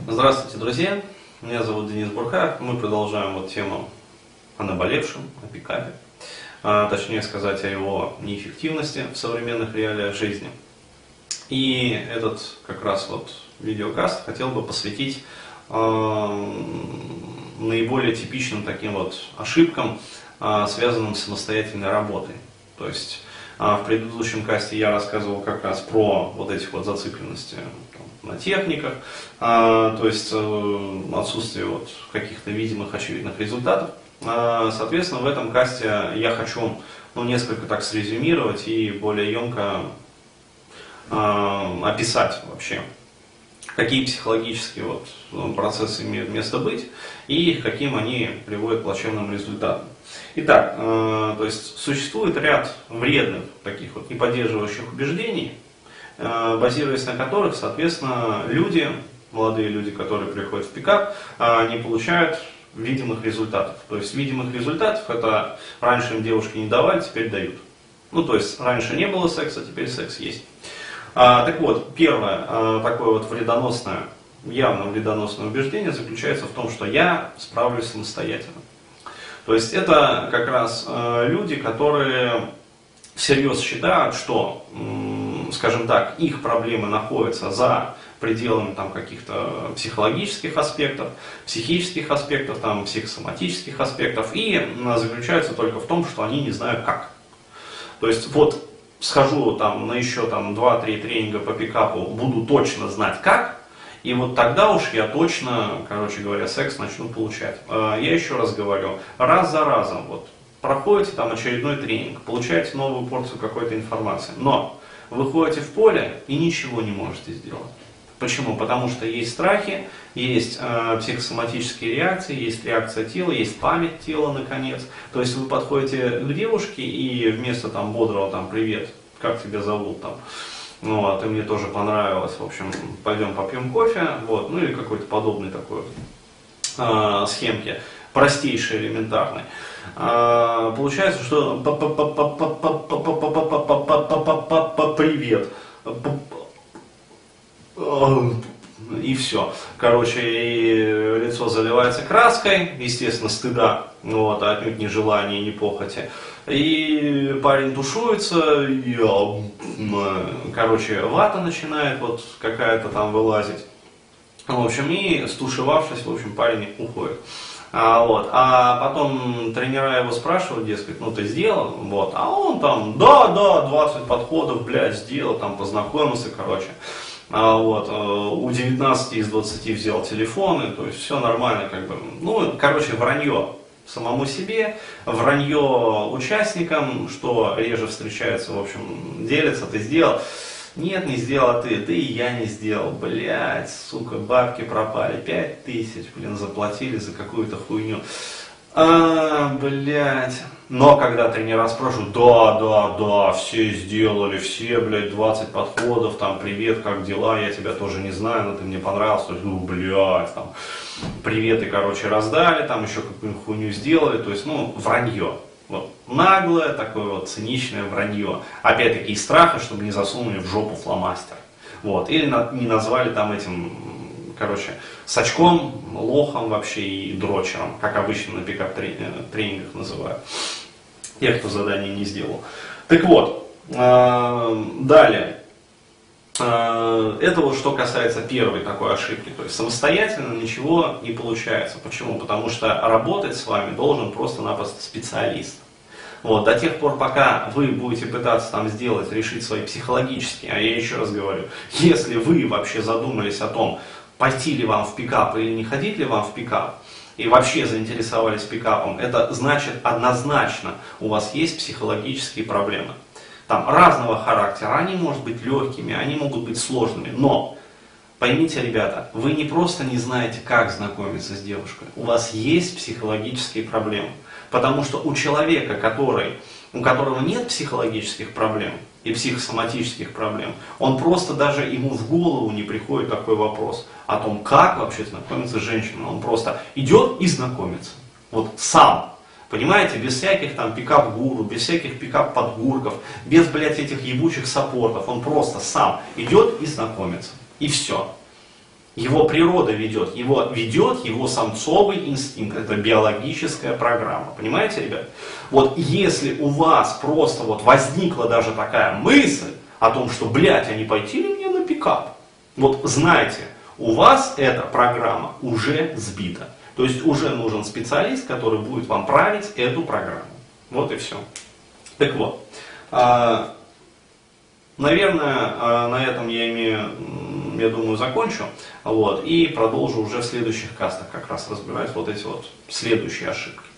Здравствуйте, друзья! Меня зовут Денис Бурхаев. Мы продолжаем тему о наболевшем, о пикапе. Точнее сказать, о его неэффективности в современных реалиях жизни. И этот как раз видеокаст хотел бы посвятить наиболее типичным таким ошибкам, связанным с самостоятельной работой. То есть в предыдущем касте я рассказывал как раз про эти зацикленности на техниках, то есть отсутствие каких-то видимых, очевидных результатов. Соответственно, в этом касте я хочу несколько так срезюмировать и более емко описать вообще, какие психологические процессы имеют место быть и к каким они приводят к плачевным результатам. Итак, то есть существует ряд вредных таких неподдерживающих убеждений, базируясь на которых, соответственно, молодые люди, которые приходят в пикап, не получают видимых результатов. То есть видимых результатов это раньше им девушки не давали, теперь дают. То есть раньше не было секса, теперь секс есть. Так вот, первое такое вредоносное, явно вредоносное убеждение заключается в том, что я справлюсь самостоятельно. То есть это как раз люди, которые всерьез считают, что, скажем так, их проблемы находятся за пределами каких-то психологических аспектов, психических аспектов, психосоматических аспектов, и заключаются только в том, что они не знают как. То есть схожу на еще 2-3 тренинга по пикапу, буду точно знать как, и тогда уж я точно, секс начну получать. Я еще раз говорю, раз за разом проходите очередной тренинг, получаете новую порцию какой-то информации, но выходите в поле и ничего не можете сделать. Почему? Потому что есть страхи, есть психосоматические реакции, есть реакция тела, есть память тела, наконец. То есть вы подходите к девушке и вместо бодрого «привет, как тебя зовут?» ты мне тоже понравилось, в общем, пойдем попьем кофе, или какой-то подобной такой схемки, простейшей, элементарной. Получается, что привет. И все. И лицо заливается краской, естественно, стыда, отнюдь не желания, не похоти. И парень тушуется, и, вата начинает какая-то вылазить. В общем, и стушевавшись, парень уходит. А потом тренера его спрашивают, дескать, ты сделал? А он 20 подходов, сделал, познакомился, у 19 из 20 взял телефоны, то есть все нормально, вранье самому себе, вранье участникам, что реже встречается, в общем, делится, ты сделал. Нет, не сделал ты, да и я не сделал, сука, бабки пропали, 5000, заплатили за какую-то хуйню. Но когда тренера спрашивают, да, все сделали, все, 20 подходов, привет, как дела, я тебя тоже не знаю, но ты мне понравился, приветы, раздали, еще какую-нибудь хуйню сделали, то есть, вранье. Наглое, такое циничное вранье. Опять-таки из страха, чтобы не засунули в жопу фломастер. Или не назвали этим, сачком, лохом вообще и дрочером, как обычно на пикап-тренингах называют. Тех, кто задание не сделал. Так вот, далее. Это что касается первой такой ошибки. То есть самостоятельно ничего не получается. Почему? Потому что работать с вами должен просто-напросто специалист. До тех пор, пока вы будете пытаться решить свои психологические, а я еще раз говорю, если вы вообще задумались о том, пойти ли вам в пикап или не ходить ли вам в пикап, и вообще заинтересовались пикапом, это значит однозначно у вас есть психологические проблемы. Разного характера, они могут быть легкими, они могут быть сложными, но поймите, ребята, вы не просто не знаете, как знакомиться с девушкой, у вас есть психологические проблемы. Потому что у человека, у которого нет психологических проблем и психосоматических проблем, он просто даже ему в голову не приходит такой вопрос о том, как вообще знакомиться с женщиной. Он просто идет и знакомится. Сам. Понимаете, без всяких пикап-гуру, без всяких пикап-подгурков, без, этих ебучих саппортов. Он просто сам идет и знакомится. И все. Его природа ведет его самцовый инстинкт, это биологическая программа, понимаете, ребят? Вот если у вас просто вот возникла даже такая мысль о том, что, блядь, а не пойти ли мне на пикап? Вот знайте, у вас эта программа уже сбита. То есть уже нужен специалист, который будет вам править эту программу. Вот и все. Так вот, наверное, на этом я думаю, закончу. Вот, и продолжу уже в следующих кастах как раз разбирать вот эти вот следующие ошибки.